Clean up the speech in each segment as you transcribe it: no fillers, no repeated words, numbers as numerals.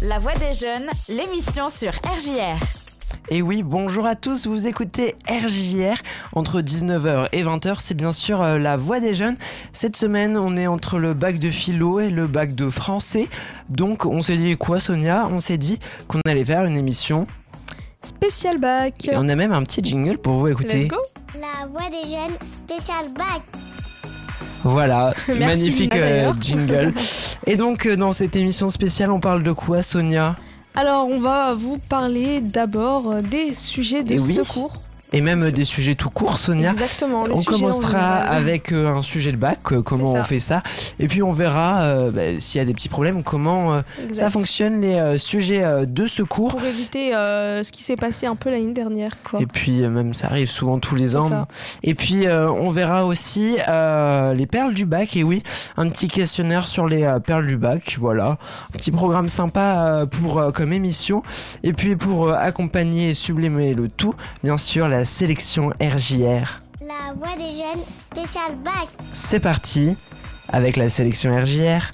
La Voix des Jeunes, l'émission sur RJR. Et oui, bonjour à tous, vous écoutez RJR entre 19h et 20h, c'est bien sûr La Voix des Jeunes. Cette semaine, on est entre le bac de philo et le bac de français. Donc, on s'est dit quoi, Sonia ? On s'est dit qu'on allait faire une émission spécial bac. Et on a même un petit jingle pour vous écouter. Let's go. La Voix des Jeunes spécial bac. Voilà, magnifique Lina, jingle. Et donc, dans cette émission spéciale, on parle de quoi, Sonia ? Alors, on va vous parler d'abord des sujets de secours. Et même des sujets tout court, Sonia. Exactement. On commencera avec un sujet de bac, comment on fait ça. Et puis on verra s'il y a des petits problèmes, comment ça fonctionne, les sujets de secours. Pour éviter ce qui s'est passé un peu l'année dernière, quoi. Et puis même ça arrive souvent tous les ans. Ça. Et puis on verra aussi les perles du bac. Et oui, un petit questionnaire sur les perles du bac. Voilà, un petit programme sympa comme émission. Et puis pour accompagner et sublimer le tout, bien sûr, la sélection RJR. La Voix des Jeunes spécial bac. C'est parti avec la sélection RJR.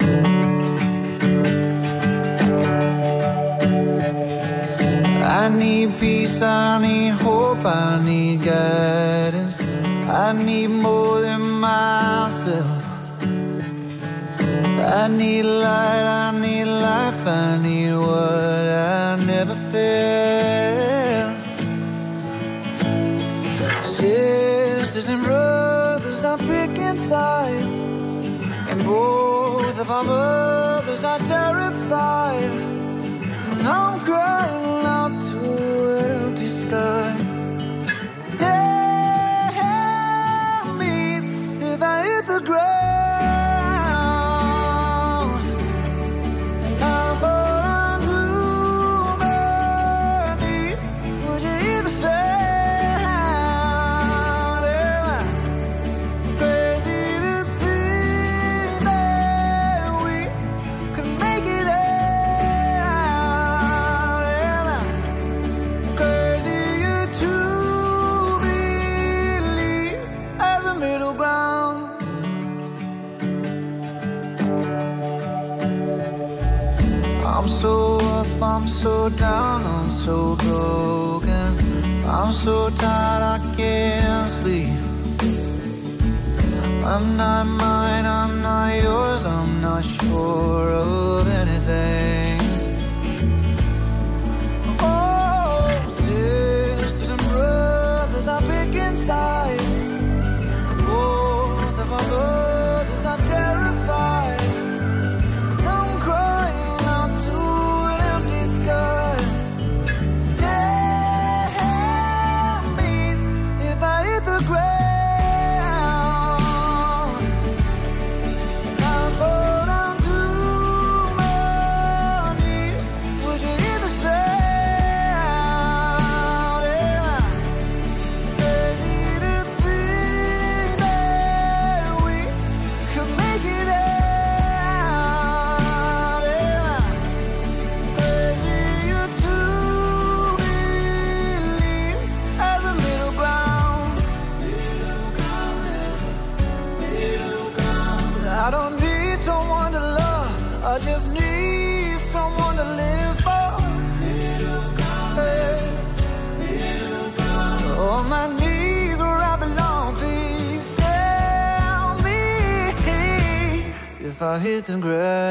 I need peace, I need hope, I need guidance. I need more than myself. I need light, I need life, I need what I never felt. Sisters and brothers are picking sides, and both of our mothers are terrified. And I'm crying out to an empty sky. Tell me if I hit the ground and I fall onto my knees, would you hear the sound? I'm so up, I'm so down, I'm so broken. I'm so tired I can't sleep. I'm not mine, I'm not yours, I'm not sure of anything. Oh, sisters and brothers are picking sides. Both of our brothers are terrified. I'm crying out to an empty sky. Tell me if I hit the ground and I fall down to my knees, would you hear the sound? Am I crazy to think that we could make it out? Am I crazy to believe as a middle ground? Middle ground. I don't need someone to love, I just need someone to live for. Middle ground. On my knees where I belong, please tell me if I hit the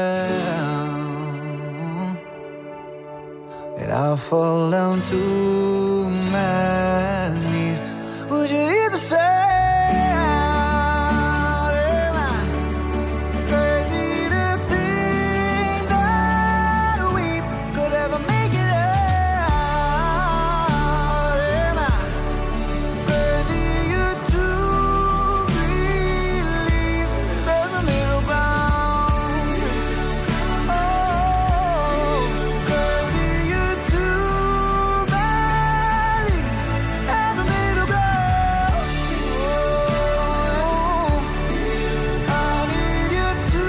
ground and I fall down to my knees, would you hear the sound? Am I crazy to think that we could ever make it out? Am I crazy to believe there's a middle ground? Oh, crazy to believe there's a middle ground. Oh, I need you to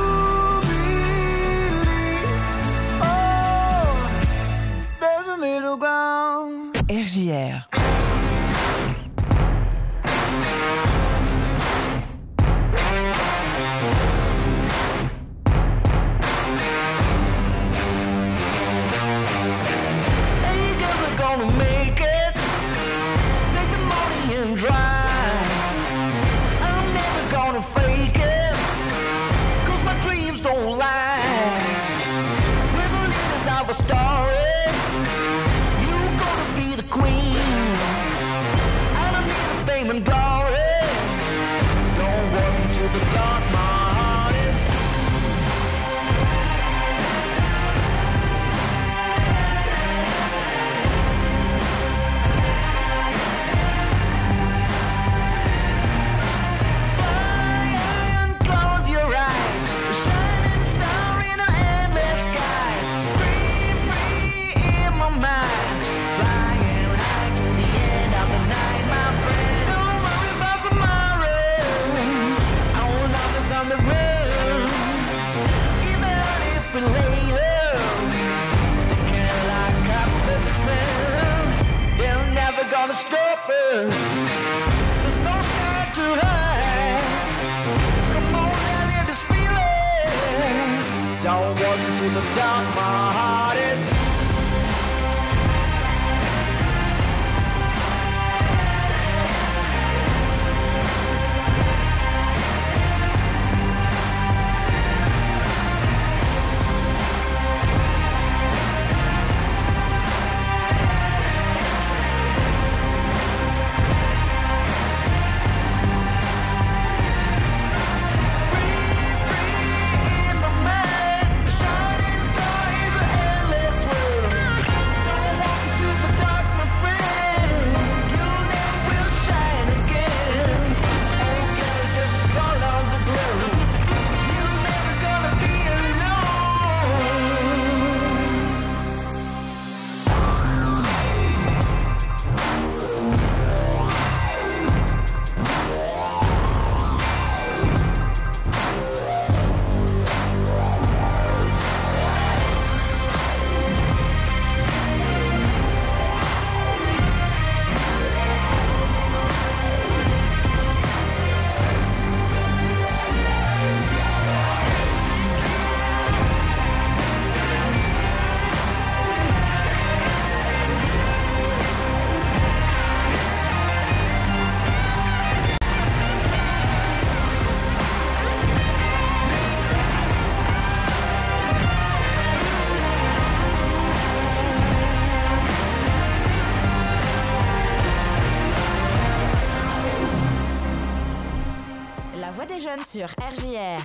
believe. Oh, there's a middle ground. RJR. a story. You're gonna be the queen. I don't need the fame and glory. Don't walk into the dark, my heart is. Close your eyes, a shining star in an endless sky. Free, free in my mind, flying high to the end of the night, my friend. Don't worry about tomorrow, our love is on the run. Even if we lay low, they can't lock up the sun. They're never gonna stop us. There's no sky too high. Come on, and let this feeling. Don't walk into the dark, my heart is. In my mind, a shining star is an endless world. Don't walk into the dark, my friend. You never will shine again. Oh, girl, just follow the glow. You're never gonna be alone. La voix des jeunes sur RJR.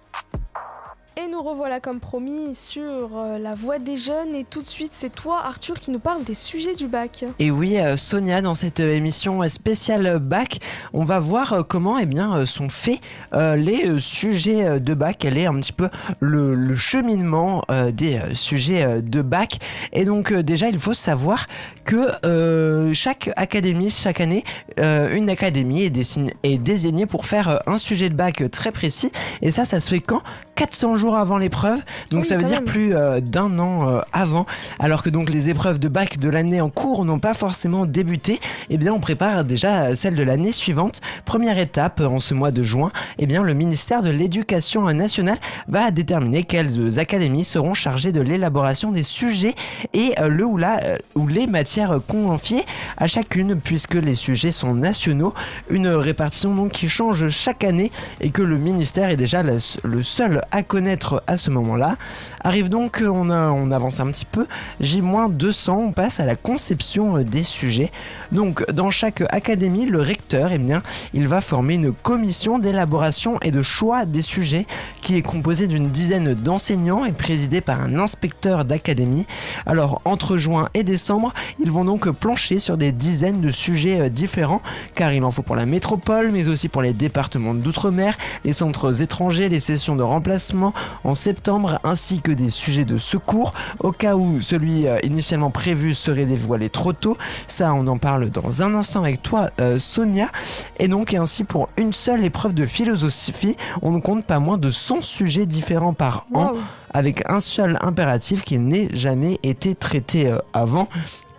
Et nous revoilà comme promis sur la voix des jeunes. Et tout de suite, c'est toi, Arthur, qui nous parle des sujets du bac. Et oui, Sonia, dans cette émission spéciale bac, on va voir comment sont faits les sujets de bac. Quel est un petit peu le cheminement des sujets de bac. Et donc déjà, il faut savoir que chaque académie, chaque année, une académie est désignée pour faire un sujet de bac très précis. Et ça se fait quand 400 jours avant l'épreuve, donc oui, ça veut dire même. plus d'un an avant, alors que donc les épreuves de bac de l'année en cours n'ont pas forcément débuté. Eh bien on prépare déjà celle de l'année suivante. Première étape en ce mois de juin, eh bien le ministère de l'Éducation nationale va déterminer quelles académies seront chargées de l'élaboration des sujets et ou les matières confiées à chacune, puisque les sujets sont nationaux. Une répartition donc qui change chaque année et que le ministère est déjà le seul à connaître à ce moment-là. Arrive donc, on avance un petit peu, J-200, on passe à la conception des sujets. Donc dans chaque académie, le recteur, il va former une commission d'élaboration et de choix des sujets qui est composée d'une dizaine d'enseignants et présidée par un inspecteur d'académie. Alors entre juin et décembre, ils vont donc plancher sur des dizaines de sujets différents, car il en faut pour la métropole, mais aussi pour les départements d'outre-mer, les centres étrangers, les sessions de remplacement en septembre, ainsi que des sujets de secours au cas où celui initialement prévu serait dévoilé trop tôt. Ça, on en parle dans un instant avec toi, Sonia. Et donc ainsi, pour une seule épreuve de philosophie, on ne compte pas moins de 100 sujets différents par an, avec un seul impératif qui n'ait jamais été traité avant.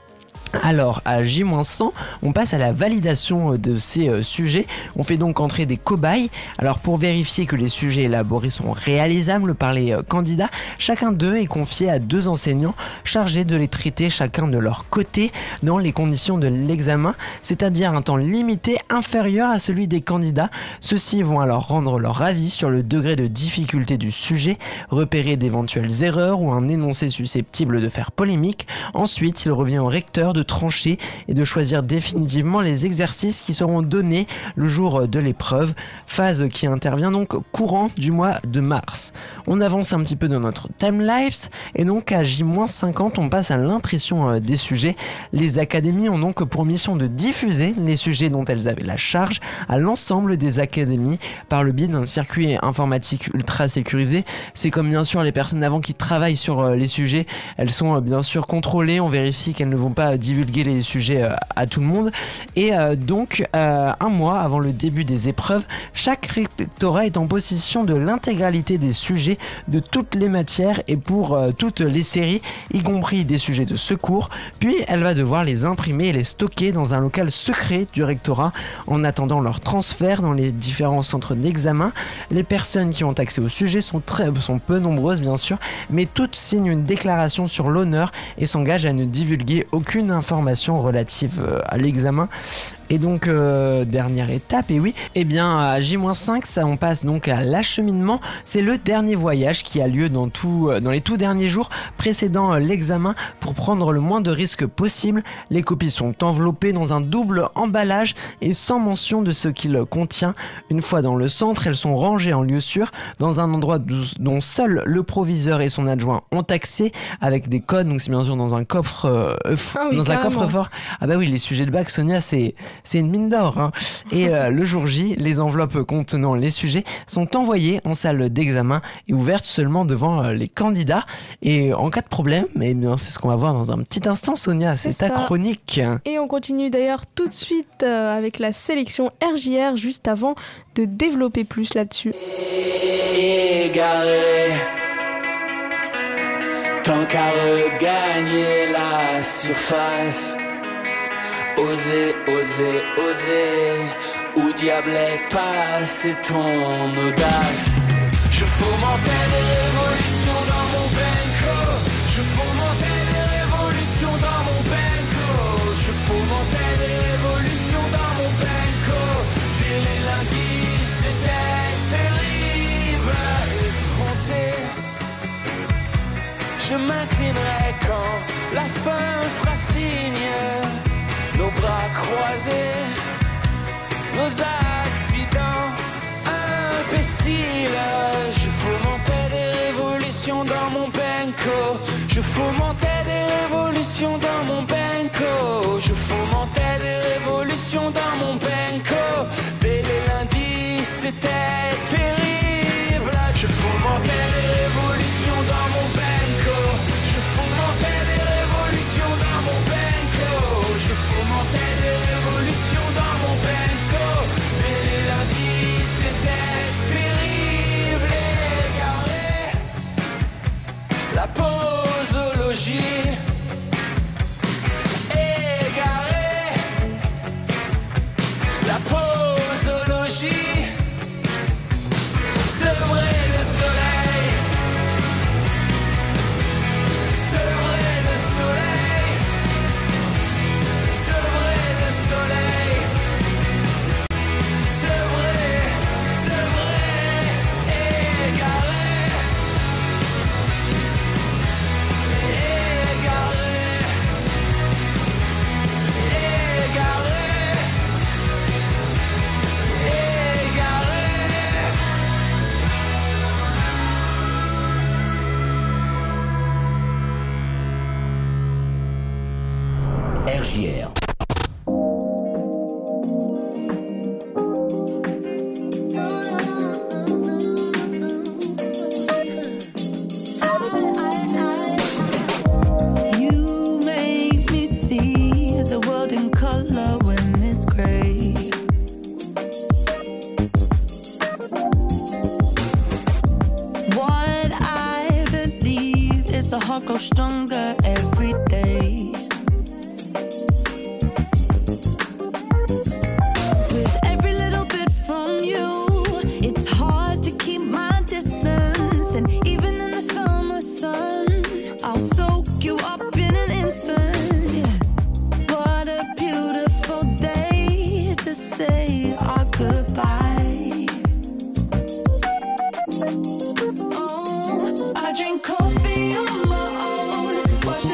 Alors à J-100, on passe à la validation de ces sujets. On fait donc entrer des cobayes. Alors pour vérifier que les sujets élaborés sont réalisables par les candidats, chacun d'eux est confié à 2 enseignants chargés de les traiter chacun de leur côté dans les conditions de l'examen, c'est-à-dire un temps limité inférieur à celui des candidats. Ceux-ci vont alors rendre leur avis sur le degré de difficulté du sujet, repérer d'éventuelles erreurs ou un énoncé susceptible de faire polémique. Ensuite, il revient au recteur de trancher et de choisir définitivement les exercices qui seront donnés le jour de l'épreuve, phase qui intervient donc courant du mois de mars. On avance un petit peu dans notre timelapse et donc à J-50 on passe à l'impression des sujets. Les académies ont donc pour mission de diffuser les sujets dont elles avaient la charge à l'ensemble des académies par le biais d'un circuit informatique ultra sécurisé. C'est comme bien sûr les personnes avant qui travaillent sur les sujets, elles sont bien sûr contrôlées, on vérifie qu'elles ne vont pas divulguer les sujets à tout le monde et donc un mois avant le début des épreuves, chaque rectorat est en possession de l'intégralité des sujets de toutes les matières et pour toutes les séries, y compris des sujets de secours, puis elle va devoir les imprimer et les stocker dans un local secret du rectorat en attendant leur transfert dans les différents centres d'examen. Les personnes qui ont accès au sujet sont peu nombreuses bien sûr, mais toutes signent une déclaration sur l'honneur et s'engagent à ne divulguer aucune information relative à l'examen. Et donc dernière étape, et oui, et bien à J-5 ça on passe donc à l'acheminement. C'est le dernier voyage qui a lieu dans les tout derniers jours précédant l'examen pour prendre le moins de risques possible. Les copies sont enveloppées dans un double emballage et sans mention de ce qu'il contient. Une fois dans le centre, elles sont rangées en lieu sûr dans un endroit dont seul le proviseur et son adjoint ont accès avec des codes. Donc c'est bien sûr dans un coffre un coffre-fort. Ah bah oui, les sujets de bac, Sonia, c'est une mine d'or, hein. Et le jour J, les enveloppes contenant les sujets sont envoyées en salle d'examen et ouvertes seulement devant les candidats. Et en cas de problème, eh bien, c'est ce qu'on va voir dans un petit instant, Sonia. C'est ta chronique. Et on continue d'ailleurs tout de suite avec la sélection RJR juste avant de développer plus là-dessus. Égaré, tant qu'à regagner la surface. Oser, oser, oser, où diable est passée ton audace? Je fomentais des révolutions dans mon benko. Je fomentais des révolutions dans mon benko. Je fomentais des révolutions dans mon benko. Dès les lundis, c'était terrible. Effronté, je m'inclinerai quand la fin fera signe. Nos bras croisés, nos accidents imbéciles. Je fomentais des révolutions dans mon benko. Je fomentais des révolutions dans mon benko. Je fomentais des révolutions dans mon benko. Dès les lundis, c'était terrible. Je fomentais des révolutions dans mon benko. Je fomentais des révolutions dans mon benko. Je fomentais des révolutions dans mon benko. Mais les lundis, c'était terrible. Égaré, la posologie. Égaré, la posologie. Sevrer le soleil. Sevrer le soleil. Sevrer le soleil. C'est vrai, égaré. Égaré. Égaré. Égaré. RJR. You make me see the world in color when it's gray. What I believe is the heart grows stronger every day.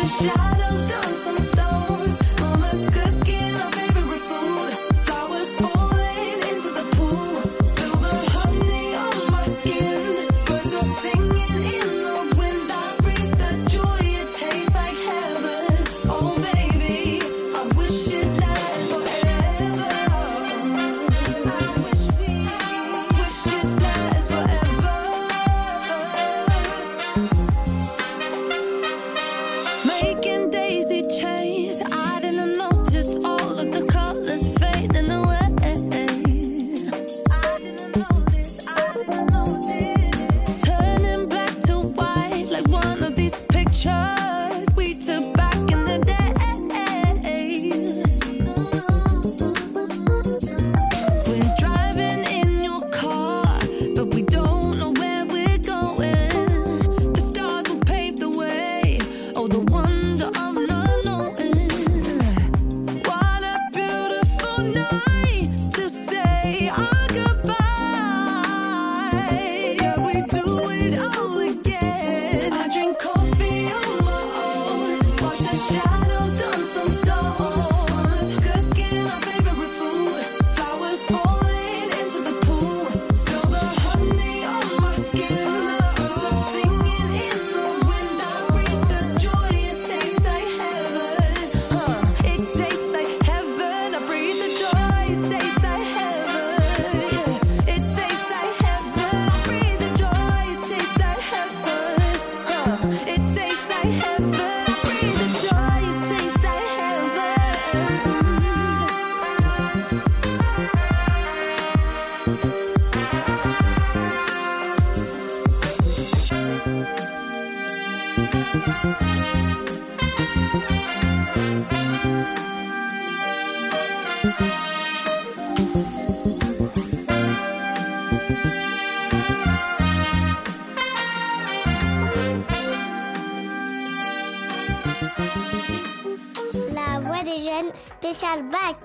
La voix des jeunes spécial bac.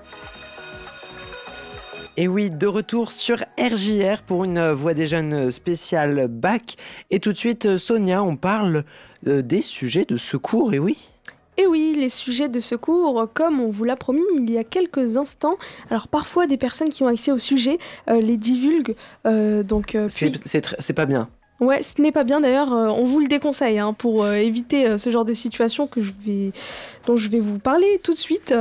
Et oui, de retour sur RJR pour une voix des jeunes spéciale bac. Et tout de suite, Sonia, on parle des sujets de secours, et oui. Et oui, les sujets de secours, comme on vous l'a promis il y a quelques instants. Alors parfois, des personnes qui ont accès au sujet les divulguent. C'est pas bien. Ouais, ce n'est pas bien d'ailleurs, on vous le déconseille pour éviter ce genre de situation dont je vais vous parler tout de suite.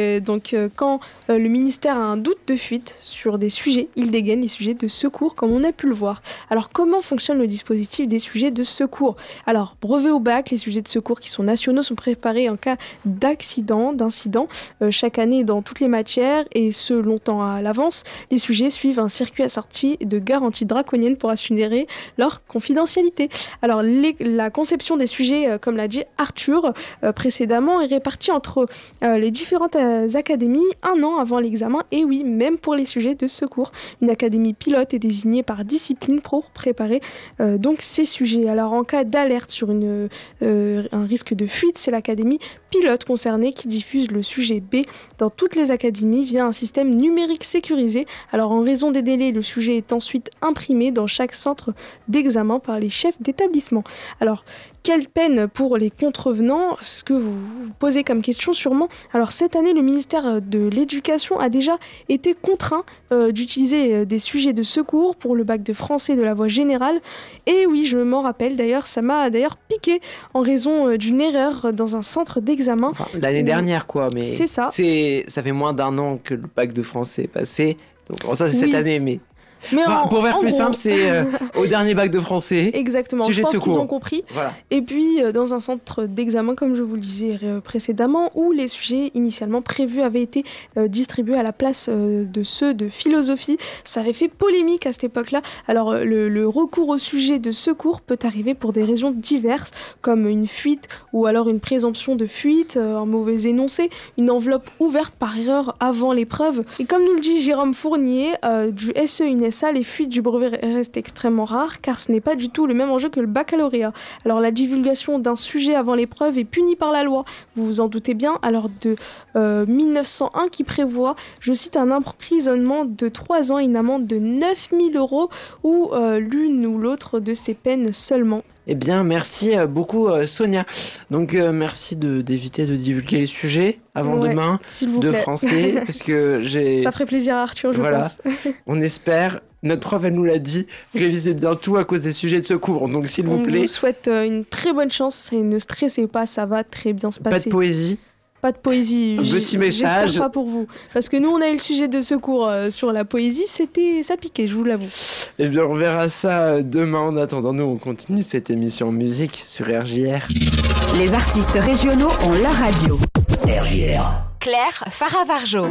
Quand le ministère a un doute de fuite sur des sujets, il dégaine les sujets de secours comme on a pu le voir. Alors comment fonctionne le dispositif des sujets de secours ? Alors brevet au bac, les sujets de secours qui sont nationaux sont préparés en cas d'incident, chaque année dans toutes les matières et ce longtemps à l'avance. Les sujets suivent un circuit assorti de garanties draconiennes pour assurer leur confidentialité. Alors la conception des sujets, comme l'a dit Arthur précédemment, est répartie entre les différentes académies un an avant l'examen. Et oui, même pour les sujets de secours, une académie pilote est désignée par discipline pour préparer donc ces sujets. Alors en cas d'alerte sur un risque de fuite, c'est l'académie pilote concernée qui diffuse le sujet B dans toutes les académies via un système numérique sécurisé. Alors en raison des délais, le sujet est ensuite imprimé dans chaque centre d'examen par les chefs d'établissement. Alors, quelle peine pour les contrevenants ? Ce que vous vous posez comme question sûrement. Alors cette année, le ministère de l'Éducation a déjà été contraint d'utiliser des sujets de secours pour le bac de français de la voie générale. Et oui, je m'en rappelle d'ailleurs, ça m'a d'ailleurs piqué en raison d'une erreur dans un centre d'examen. Enfin, l'année dernière quoi, mais c'est ça. Ça fait moins d'un an que le bac de français est passé. Donc ça c'est cette année, mais... pour faire plus simple, c'est au dernier bac de français. Exactement, je pense qu'ils ont compris. Voilà. Et puis, dans un centre d'examen, comme je vous le disais précédemment, où les sujets initialement prévus avaient été distribués à la place de ceux de philosophie. Ça avait fait polémique à cette époque-là. Alors, le recours au sujet de secours peut arriver pour des raisons diverses, comme une fuite ou alors une présomption de fuite, un mauvais énoncé, une enveloppe ouverte par erreur avant l'épreuve. Et comme nous le dit Jérôme Fournier du SE-UNESA, les fuites du brevet restent extrêmement rares car ce n'est pas du tout le même enjeu que le baccalauréat. Alors la divulgation d'un sujet avant l'épreuve est punie par la loi, vous vous en doutez bien, alors de 1901 qui prévoit, je cite, un emprisonnement de 3 ans et une amende de 9 000 € ou l'une ou l'autre de ces peines seulement. Eh bien, merci beaucoup Sonia. Donc, merci d'éviter de divulguer les sujets avant Ouais, demain s'il vous de plaît. français, parce que j'ai... Ça ferait plaisir à Arthur, je Voilà. pense. On espère, notre prof elle nous l'a dit, révisez bien tout à cause des sujets de secours. Donc, s'il vous On plaît, vous souhaite une très bonne chance et ne stressez pas, ça va très bien se pas passer. de poésie. Pas de poésie. Un petit message. J'espère pas pour vous. Parce que nous, on a eu le sujet de secours sur la poésie, ça piquait, je vous l'avoue. Eh bien, on verra ça demain. En attendant, nous, on continue cette émission musique sur RJR. Les artistes régionaux ont leur radio. Claire Faravarjo.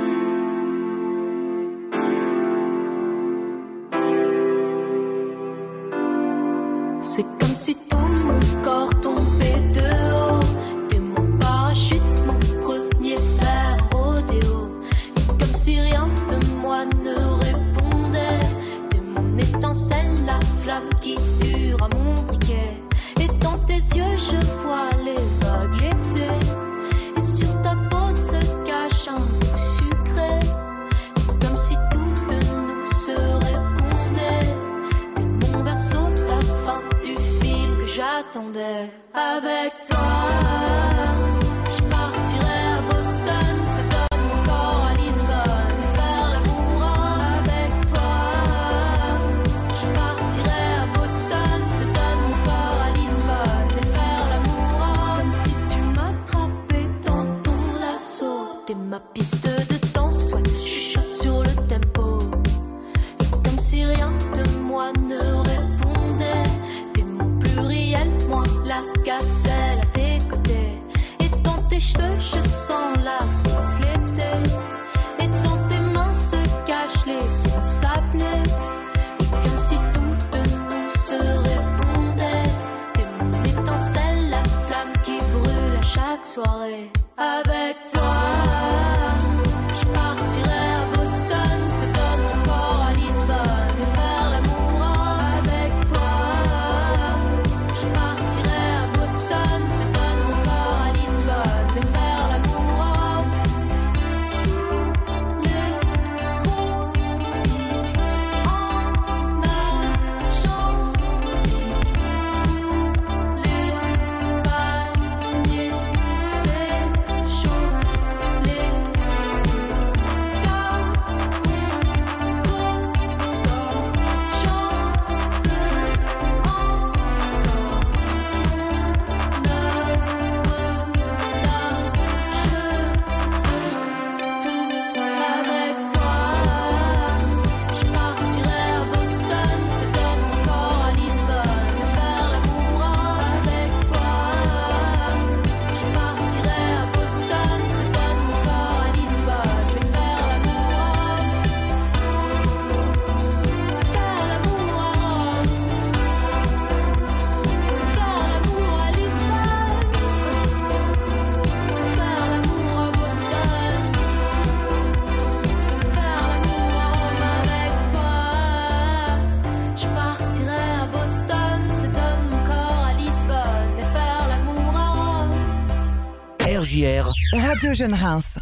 C'est comme si tout mon corps tombait de haut. T'es mon parachute, mon premier verre rodéo. Et comme si rien de moi ne répondait. T'es mon étincelle, la flamme qui dure à mon briquet. Et dans tes yeux je vois les vagues l'été. Et sur ta peau se cache un goût sucré. Et comme si tout de nous se répondait. T'es mon verso, la fin du film que j'attendais. Avec toi, je partirai à Boston, te donne mon corps à Lisbonne, faire l'amour avec toi. Je partirai à Boston, te donne mon corps à Lisbonne, et faire l'amour comme si tu m'attrapais dans ton lasso. T'es ma piste de danse, ouais, je chuchote sur le tempo. Et comme si rien de moi ne répondait. T'es mon pluriel, moi la gazelle à tes côtés. Et dans tes cheveux je sens la brise l'été. Et dans tes mains se cachent les tons sablés. Et comme si tout de nous se répondait. T'es mon étincelle, la flamme qui brûle à chaque soirée. Avec toi, je partirai à Boston, te donne mon corps à Lisbonne, et faire l'amour avec toi. Je partirai à Boston, te donne mon corps à Lisbonne, et faire l'amour sous les tropiques, en Argentine, sous les palmiers, c'est chaud, les gars contre corps, j'en veux avec toi. Je partirai à Boston, te donne mon corps à Lisbonne, faire l'amour avec toi. Je partirai à Boston, te donne mon corps à Lisbonne, faire l'amour, faire l'amour, faire l'amour à Lisbonne, faire l'amour à Boston. Faire l'amour avec toi. Je partirai à Boston, te donne mon corps à Lisbonne, et faire l'amour à Rome. RJR, Radio Jeune Reims.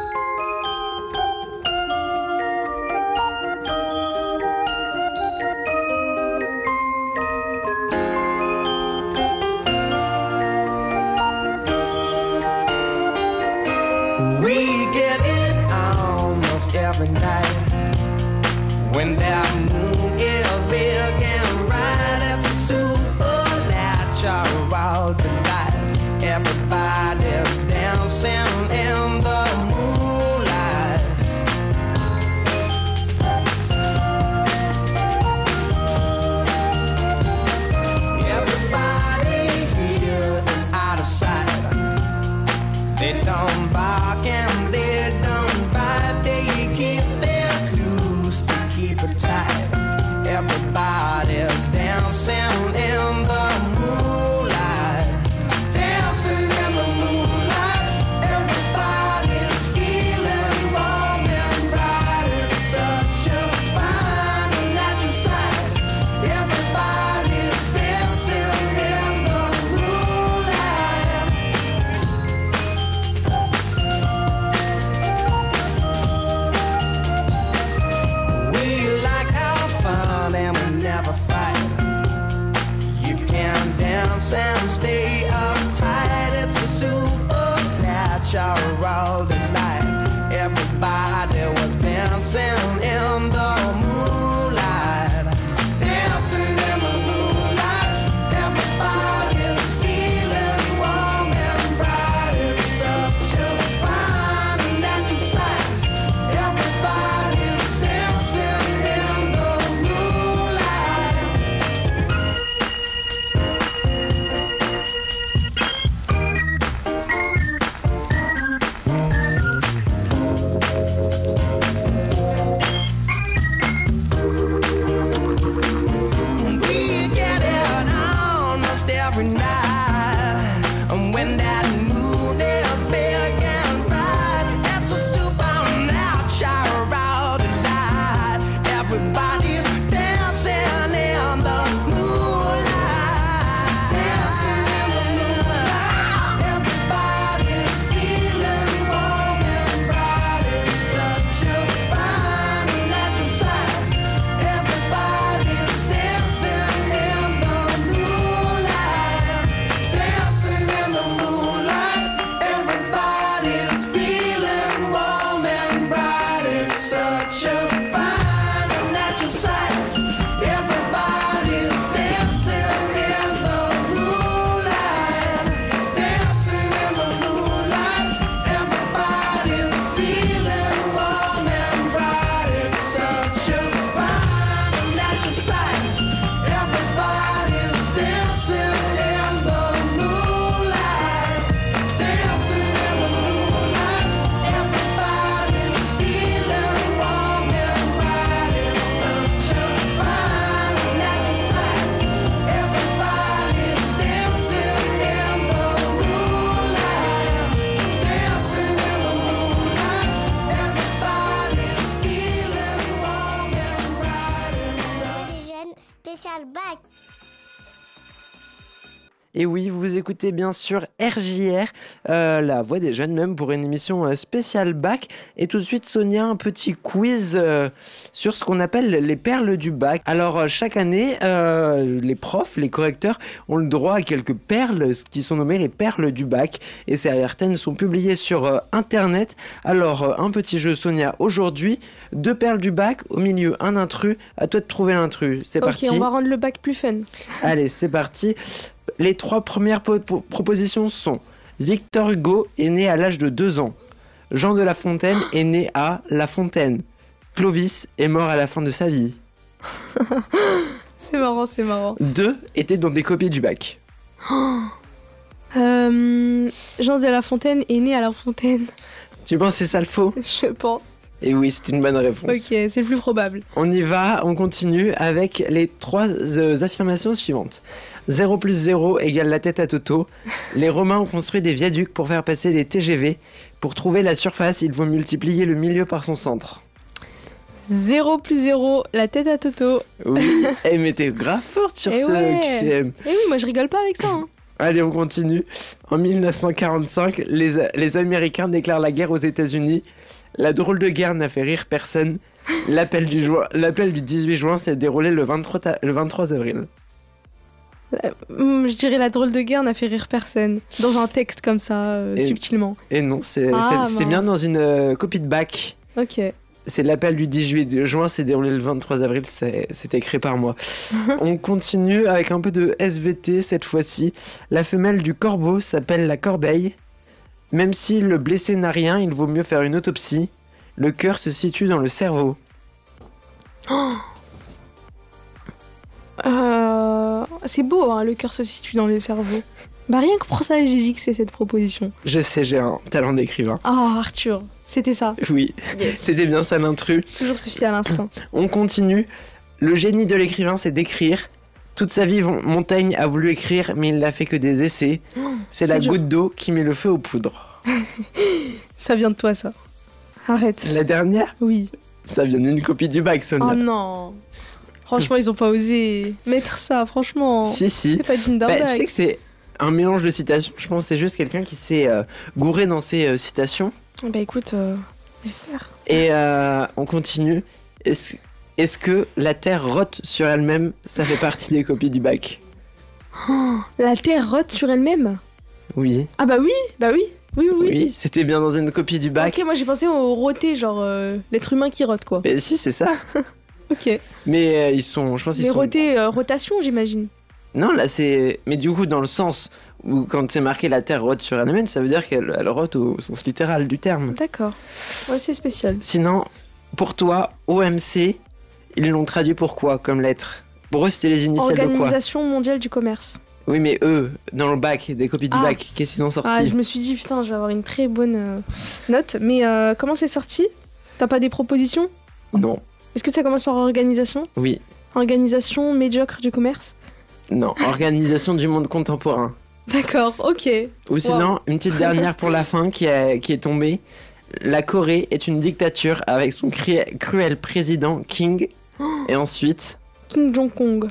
We get it almost every night when that moon is big and bright. It's a supernatural delight. Everybody's dancing in the moonlight. Everybody here is out of sight. They don't bark and they don't bite. They keep their screws to keep it tight. Everybody's dancing in the moonlight. Dancing in the moonlight. Everybody's feeling warm and bright. It's such a fine and natural sight. Everybody's dancing in the moonlight. shower all the night. Everybody was dancing in the moonlight. Dancing in the moonlight. Everybody's feeling warm and bright. It's such a fine and natural sight. Everybody's dancing in the moonlight. We get it almost every night. And when that moon is big and bright, it's a supernatural delight. Everybody's dancing in the moonlight. Dancing in the moonlight. Everybody's feeling warm and bright. It's such a fine and natural sight. Everybody's dancing in the moonlight. Dancing in the moonlight. Everybody's feeling warm and bright. It's such a fine and natural sight. Everybody's dancing in the moonlight. Dancing in the moonlight. Everybody's feeling warm and bright. It's such a fine and natural sight. Everybody's dancing in the moonlight. Dancing in the moonlight. Everybody's feeling warm and bright. It's such a fine and natural sight. Everybody's dancing in the moonlight. Dancing in the moonlight. Everybody's feeling warm and bright. It's such Des jeunes spécial bac. Et oui, vous écoutez bien sûr RJR, la voix des jeunes, même pour une émission spéciale bac. Et tout de suite, Sonia, un petit quiz sur ce qu'on appelle les perles du bac. Alors, chaque année, les profs, les correcteurs ont le droit à quelques perles qui sont nommées les perles du bac. Et certaines sont publiées sur Internet. Alors, un petit jeu, Sonia, aujourd'hui, 2 perles du bac, au milieu, un intrus. À toi de trouver l'intrus. C'est parti. Ok, on va rendre le bac plus fun. Allez, c'est parti. Les 3 premières propositions sont: Victor Hugo est né à l'âge de 2 ans. Jean de La Fontaine est né à La Fontaine. Clovis est mort à la fin de sa vie. C'est marrant, c'est marrant. 2 étaient dans des copies du bac. Jean de La Fontaine est né à La Fontaine. Tu penses que c'est ça le faux? Je pense. Et oui, c'est une bonne réponse. Ok, c'est le plus probable. On y va, on continue avec les 3 affirmations suivantes. 0 plus 0 égale la tête à Toto. Les Romains ont construit des viaducs pour faire passer les TGV. Pour trouver la surface, il faut multiplier le milieu par son centre. 0 plus 0, la tête à Toto. Oui, mais t'es grave forte sur Eh ce ouais. QCM. Et oui, moi je rigole pas avec ça. Hein. Allez, on continue. En 1945, les Américains déclarent la guerre aux États-Unis. La drôle de guerre n'a fait rire personne. L'appel du 18 juin s'est déroulé le 23 avril. Je dirais la drôle de guerre n'a fait rire personne. Dans un texte comme ça, subtilement. Et non, c'était bien dans une copie de bac. Ok. C'est l'appel du 18 juin, s'est déroulé le 23 avril, c'est écrit par moi. On continue avec un peu de SVT cette fois-ci. La femelle du corbeau s'appelle la corbeille. Même si le blessé n'a rien, il vaut mieux faire une autopsie. Le cœur se situe dans le cerveau. C'est beau, hein, le cœur se situe dans le cerveau. Bah rien que pour ça, j'ai dit que c'est cette proposition. Je sais, j'ai un talent d'écrivain. Oh Arthur, c'était ça. Oui, Yes. c'était bien ça l'intrus. Toujours se fier à l'instinct. On continue. Le génie de l'écrivain, c'est d'écrire. Toute sa vie, Montaigne a voulu écrire, mais il n'a fait que des essais. C'est la dur. goutte d'eau qui met le feu aux poudres. Ça vient de toi, ça. Arrête. La dernière, Oui. ça vient d'une copie du bac, Sonia. Oh non. Franchement, ils ont pas osé mettre ça, franchement. Si. C'est pas d'une Bah, dingue. tu sais que c'est un mélange de citations. Je pense que c'est juste quelqu'un qui s'est gouré dans ses citations. Bah écoute, j'espère. Et on continue. Est-ce que la Terre rote sur elle-même, ça fait partie des copies du bac? La Terre rote sur elle-même. Oui. Ah bah oui. Oui, c'était bien dans une copie du bac. Ok, moi j'ai pensé au roté, genre l'être humain qui rote quoi. Mais si, c'est ça. Ok. Mais ils sont, je pense qu'ils Les sont... rotés, rotation j'imagine. Non, là c'est... Mais du coup, dans le sens où quand c'est marqué la Terre rote sur un domaine, ça veut dire qu'elle rote au sens littéral du terme. D'accord. Ouais, c'est spécial. Sinon, pour toi, OMC, ils l'ont traduit pour quoi comme lettre? Pour eux, c'était les initiales de quoi? Organisation mondiale du commerce. Oui, mais eux, dans le bac, des copies du Ah. bac, qu'est-ce qu'ils ont sorti? Ah, je me suis dit, putain, je vais avoir une très bonne note. Mais comment c'est sorti? T'as pas des propositions? Non. Est-ce que ça commence par organisation? Oui. Organisation médiocre du commerce? Non. Organisation du monde contemporain. D'accord, ok. Ou sinon, une petite dernière pour la fin qui est tombée. La Corée est une dictature avec son cruel président King. Et ensuite... Kim Jong-un.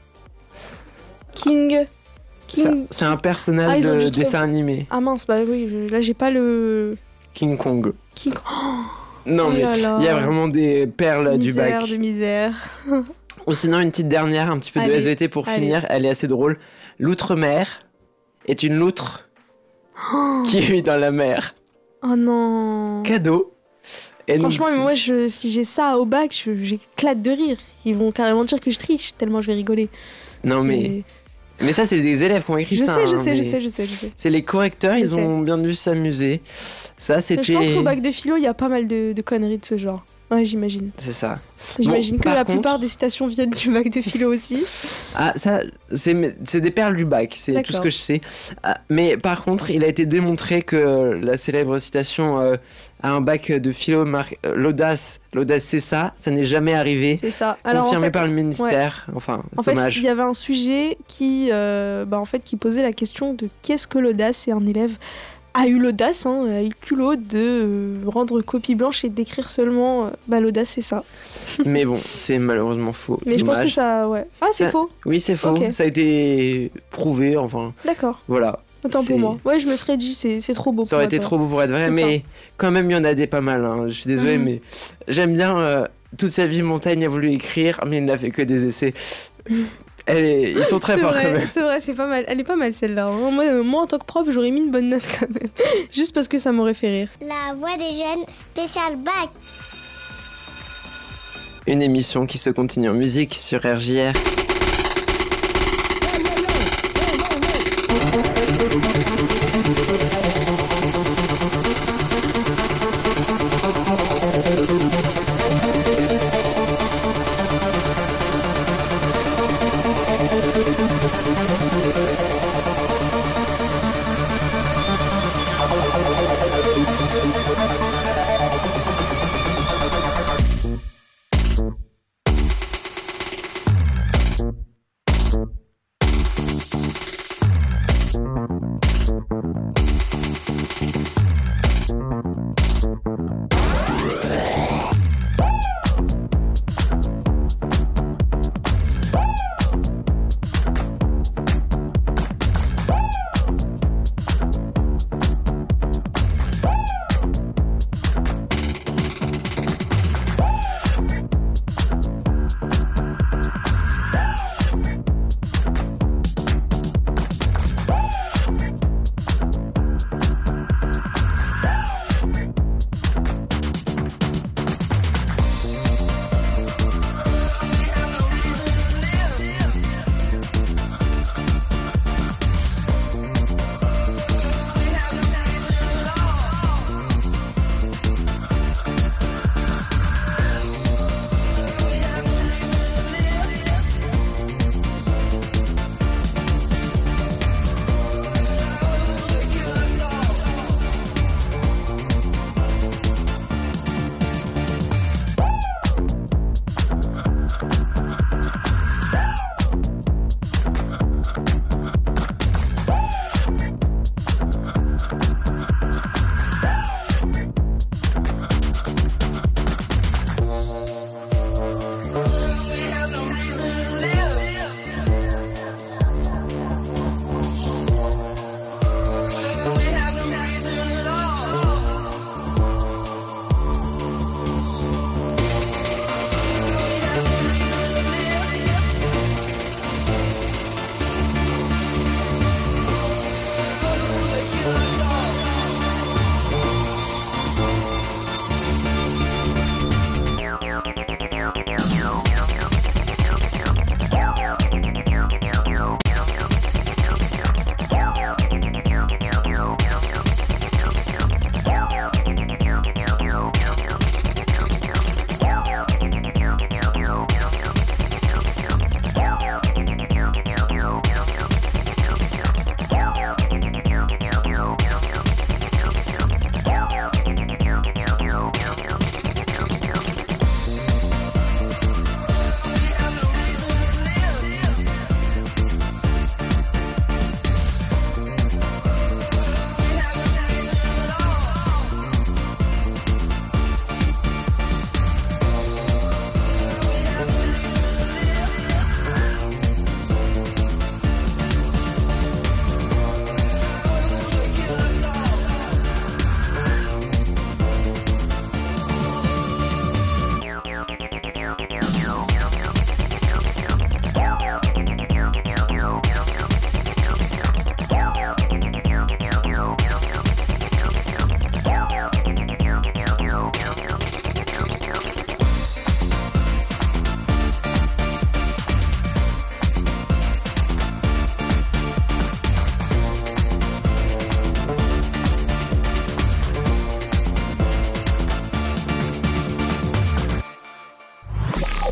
King. C'est un personnage ils ont de juste dessin animé. Ah mince, bah oui, là j'ai pas le... King Kong. King... Non, Oh mais là là. il y a vraiment des perles du Misère bac. de misère. Ou sinon, une petite dernière, un petit peu de Allez, SVT pour allez. finir. Elle est assez drôle. L'outre-mer est une loutre qui vit dans la mer. Oh non. Cadeau. Et donc, Franchement, mais moi, si j'ai ça au bac, j'éclate de rire. Ils vont carrément dire que je triche, tellement je vais rigoler. Non, C'est- mais ça, c'est des élèves qui ont écrit Je ça. sais, je hein, sais, je mais sais, je sais, je sais. C'est les correcteurs, Je ils sais. ont bien dû s'amuser. Ça, c'était... Je pense qu'au bac de philo, il y a pas mal de conneries de ce genre. Ouais, j'imagine. C'est ça. J'imagine que par la contre- plupart des citations viennent du bac de philo aussi. Ah, ça, c'est des perles du bac, c'est tout ce D'accord. que je sais. Ah, mais par contre, il a été démontré que la célèbre citation à un bac de philo, l'audace c'est ça n'est jamais arrivé. C'est ça. Alors, Confirmé en fait, par le ministère. Enfin, En fait, dommage. il y avait un sujet qui posait la question de qu'est-ce que l'audace, et un élève a eu l'audace, a eu le culot de rendre copie blanche et d'écrire seulement l'audace c'est ça. Mais bon, c'est malheureusement faux. Mais je pense que Dommage. ça, ouais. Ah, c'est Ça- faux. Oui, c'est faux. Ok. Ça a été prouvé, enfin, D'accord. voilà. Autant pour C'est- moi. Ouais, je me serais dit, c'est trop beau. Ça aurait pour été être trop beau pour être vrai, C'est mais quand même, il y en a des pas mal. Hein. Je suis désolé, Mhm. mais j'aime bien. Toute sa vie, Montaigne a voulu écrire, mais il n'a fait que des essais. Ils sont très C'est forts quand vrai, même. c'est vrai, c'est pas mal. Elle est pas mal celle-là. hein. Moi, en tant que prof, j'aurais mis une bonne note quand même. Juste parce que ça m'aurait fait rire. La voix des jeunes spécial bac. Une émission qui se continue en musique sur RJR.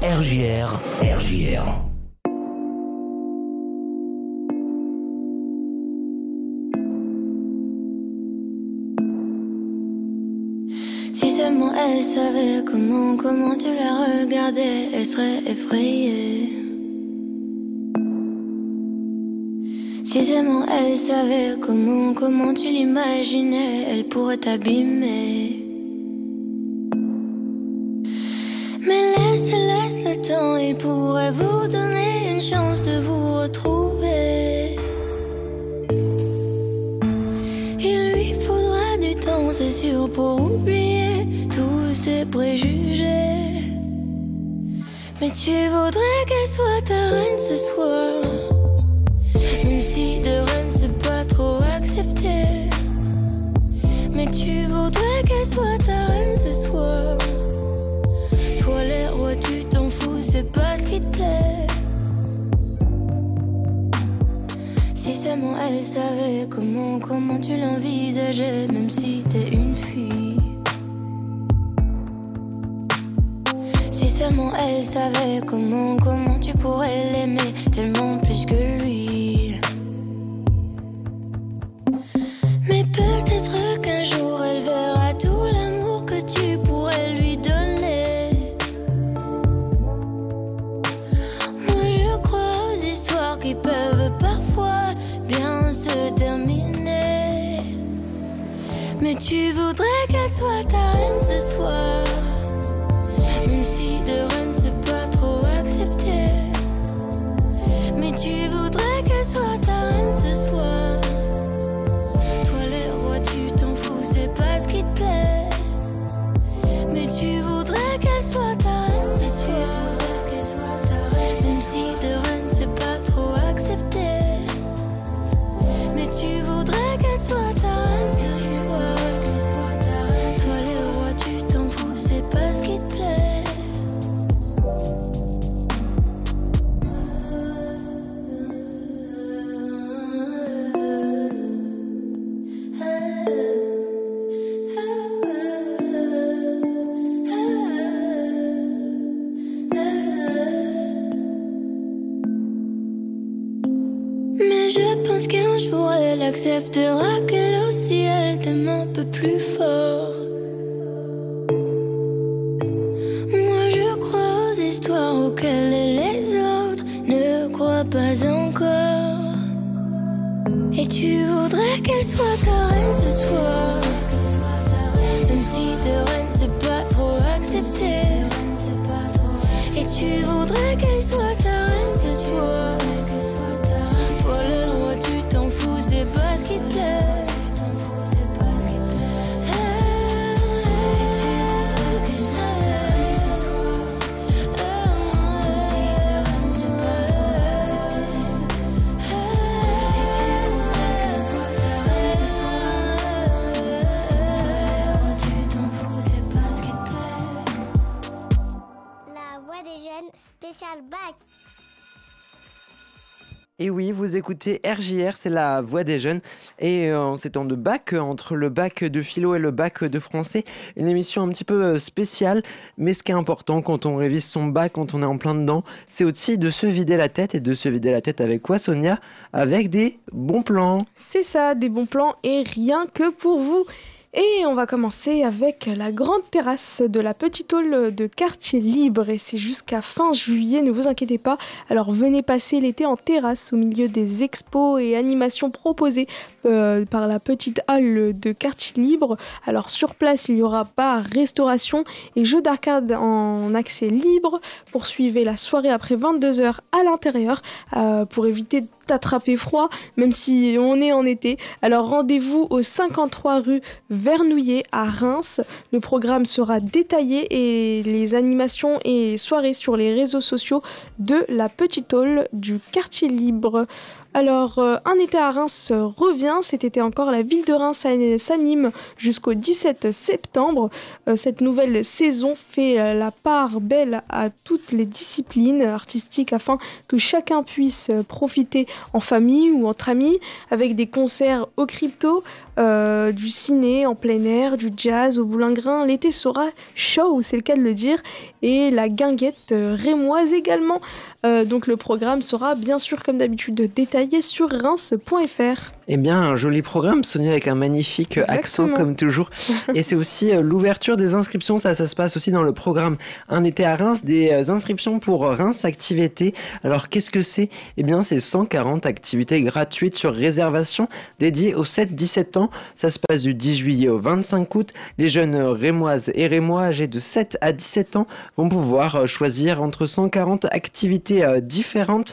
RJR. Si seulement elle savait comment tu la regardais, elle serait effrayée. Si seulement elle savait comment tu l'imaginais, elle pourrait t'abîmer. Mais laisse le temps, il pourrait vous donner une chance de vous retrouver. Il lui faudra du temps, c'est sûr, pour oublier tous ses préjugés. Mais tu voudrais qu'elle soit ta reine ce soir, même si de reine c'est pas trop accepté. Mais tu voudrais qu'elle soit ta reine ce soir. Toi les rois tu t'en fous, c'est pas ce qui te plaît. Si seulement elle savait comment tu l'envisageais, même si t'es une fille. Si seulement elle savait comment tu pourrais l'aimer tellement plus que lui. Mais peut-être qu'un jour elle verra tout l'amour que tu pourrais lui donner. Moi je crois aux histoires qui peuvent parfois bien se terminer. Mais tu voudrais qu'elle soit ta reine ce soir, même si de reine c'est pas trop accepté. Mais tu voudrais qu'elle soit ta reine ce soir. Toi les rois tu t'en fous, c'est pas ce qui te plaît. Mais tu voudrais qu'elle soit ta reine ce soir. Même si de reine c'est pas trop accepté. Mais tu voudrais qu'elle soit ta reine ce soir. Toi les rois tu t'en fous, c'est pas ce qui te plaît. Mais je pense qu'un jour elle acceptera qu'elle aussi elle t'aime un peu plus fort. Moi je crois aux histoires auxquelles les autres ne croient pas encore. Et tu voudrais qu'elle soit ta reine ce soir, même si de reine c'est pas trop accepté. Et tu voudrais qu'elle soit ta reine ce soir. Toi le roi tu t'en fous, c'est pas ce qui te plaît. Et tu voudrais qu'elle soit ta reine ce soir, même si de reine c'est pas trop accepté. Et tu voudrais qu'elle soit ta reine ce soir. Toi le roi tu t'en fous, c'est pas ce qui te plaît. La voix des jeunes spécial bac. Et oui, vous écoutez RJR, c'est la voix des jeunes. Et en ces temps de bac, entre le bac de philo et le bac de français, une émission un petit peu spéciale. Mais ce qui est important quand on révise son bac, quand on est en plein dedans, c'est aussi de se vider la tête. Et de se vider la tête avec quoi, Sonia? Avec des bons plans. C'est ça, des bons plans et rien que pour vous. Et on va commencer avec la grande terrasse de la petite hall de quartier libre. Et c'est jusqu'à fin juillet, ne vous inquiétez pas. Alors venez passer l'été en terrasse au milieu des expos et animations proposées par la petite hall de quartier libre. Alors sur place, il y aura bar, restauration et jeux d'arcade en accès libre. Poursuivez la soirée après 22h à l'intérieur pour éviter d'attraper froid, même si on est en été. Alors rendez-vous au 53 rue Vernouillet à Reims. Le programme sera détaillé et les animations et soirées sur les réseaux sociaux de la petite hall du quartier libre. Alors, Un été à Reims revient. Cet été encore, la ville de Reims s'anime jusqu'au 17 septembre. Cette nouvelle saison fait la part belle à toutes les disciplines artistiques afin que chacun puisse profiter en famille ou entre amis avec des concerts au crypto, du ciné en plein air, du jazz au boulingrin. L'été sera chaud, c'est le cas de le dire, et la guinguette rémoise également. Donc le programme sera bien sûr comme d'habitude détaillé sur reims.fr. Eh bien, un joli programme, Sonia, avec un magnifique accent comme toujours. Et c'est aussi l'ouverture des inscriptions, ça se passe aussi dans le programme Un été à Reims, des inscriptions pour Reims Activités. Alors qu'est-ce que c'est ? Eh bien, c'est 140 activités gratuites sur réservation dédiées aux 7-17 ans. Ça se passe du 10 juillet au 25 août. Les jeunes rémoises et rémois âgés de 7 à 17 ans vont pouvoir choisir entre 140 activités différentes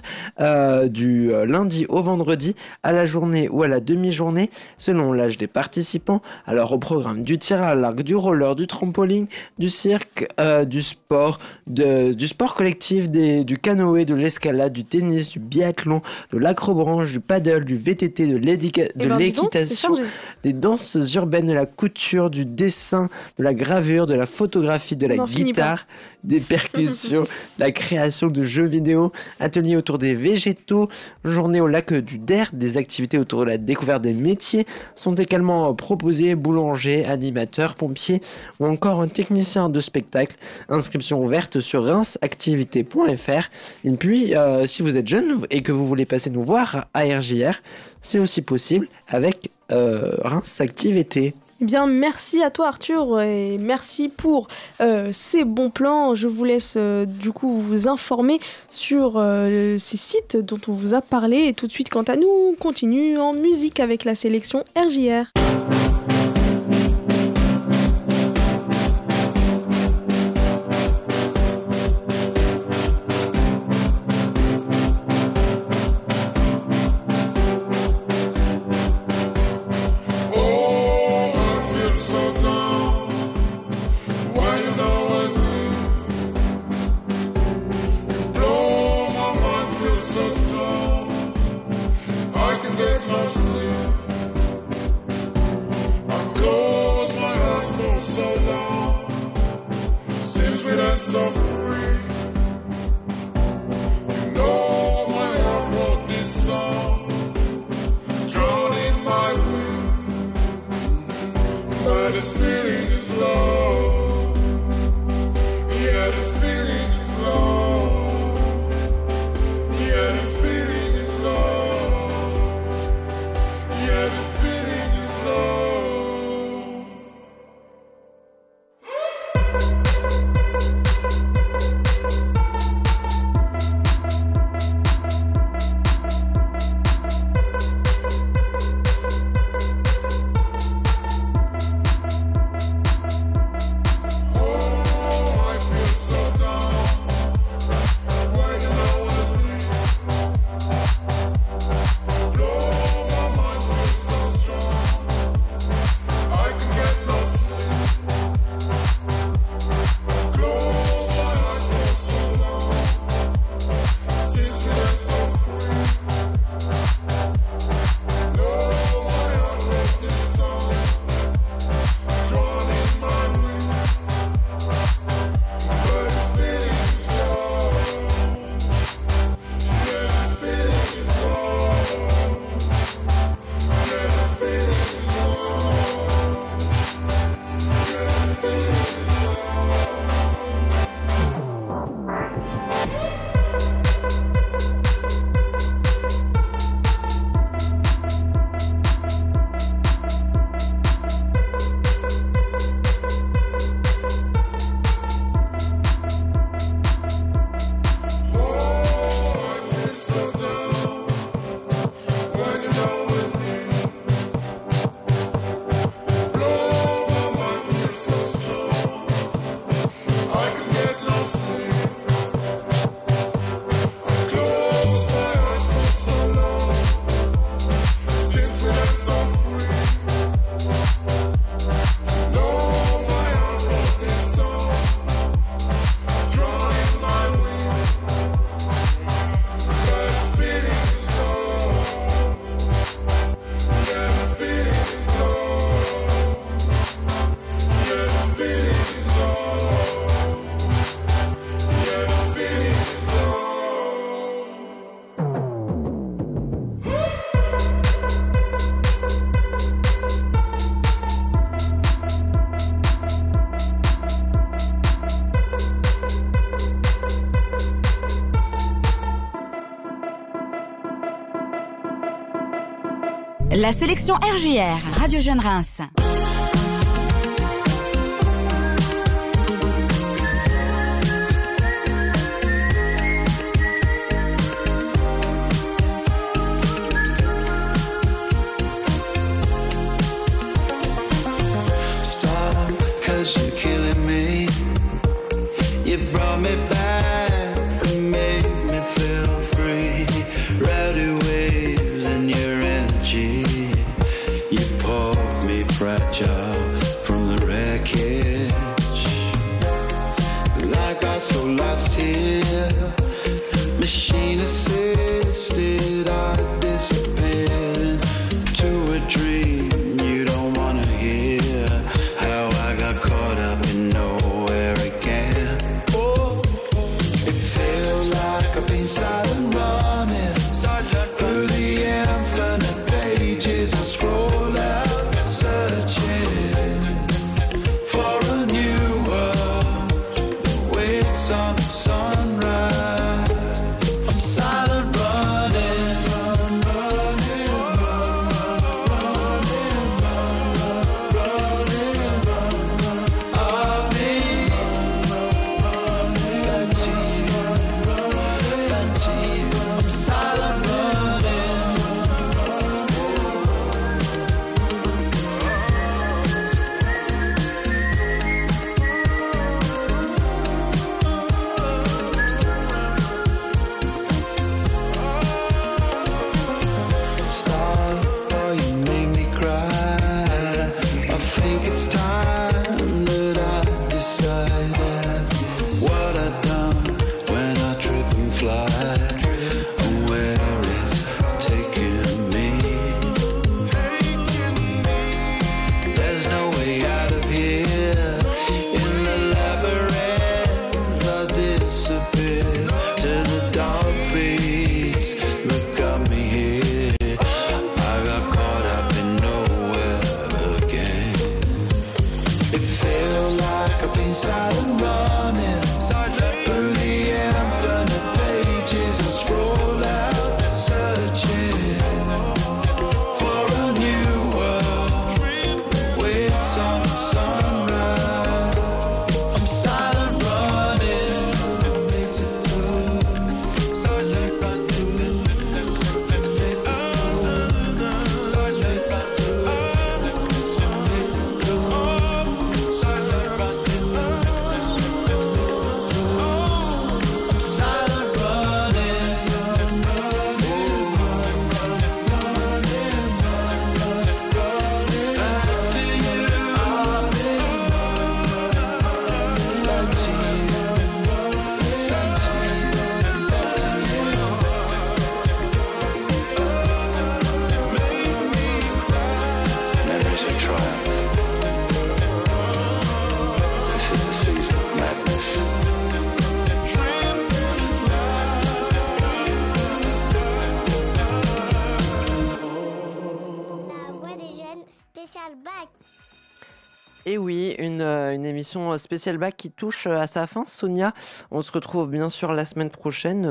du lundi au vendredi, à la journée ou à la demi-journée, selon l'âge des participants. Alors au programme du tir à l'arc, du roller, du trampoline, du cirque, du sport collectif, du canoë, de l'escalade, du tennis, du biathlon, de l'acrobranche, du paddle, du VTT, de l'équitation, des danses urbaines, de la couture, du dessin, de la gravure, de la photographie, de la guitare, des percussions, la création de jeux vidéo, ateliers autour des végétaux, journée au lac du Der, des activités autour de la découverte des métiers sont également proposés, boulangers, animateurs, pompiers ou encore un technicien de spectacle. Inscription ouverte sur reinsactivité.fr. Et puis, si vous êtes jeune et que vous voulez passer nous voir à RJR, c'est aussi possible avec Reims Activité. Eh bien, merci à toi Arthur et merci pour ces bons plans. Je vous laisse du coup vous informer sur ces sites dont on vous a parlé. Et tout de suite, quant à nous, on continue en musique avec la sélection RJR. So free, you know my heart wrote this song, drawn in my wind, but this feeling is love, yeah this feeling is love, yeah this feeling is love, yeah this feeling is love. So La sélection RJR, Radio Jeune Reims. Et oui, une émission spéciale bac qui touche à sa fin. Sonia, on se retrouve bien sûr la semaine prochaine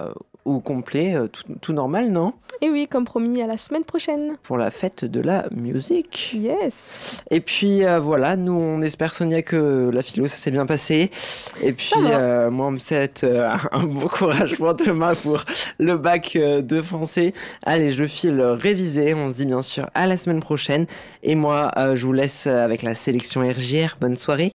au complet, tout normal, non ? Et oui, comme promis, à la semaine prochaine. Pour la fête de la musique. Yes. Et puis voilà, nous on espère, Sonia, que la philo ça s'est bien passé. Et puis moi on me souhaite un bon courage pour demain pour le bac de français. Allez, je file réviser. On se dit bien sûr à la semaine prochaine. Et moi je vous laisse avec la sélection RJR. Bonne soirée.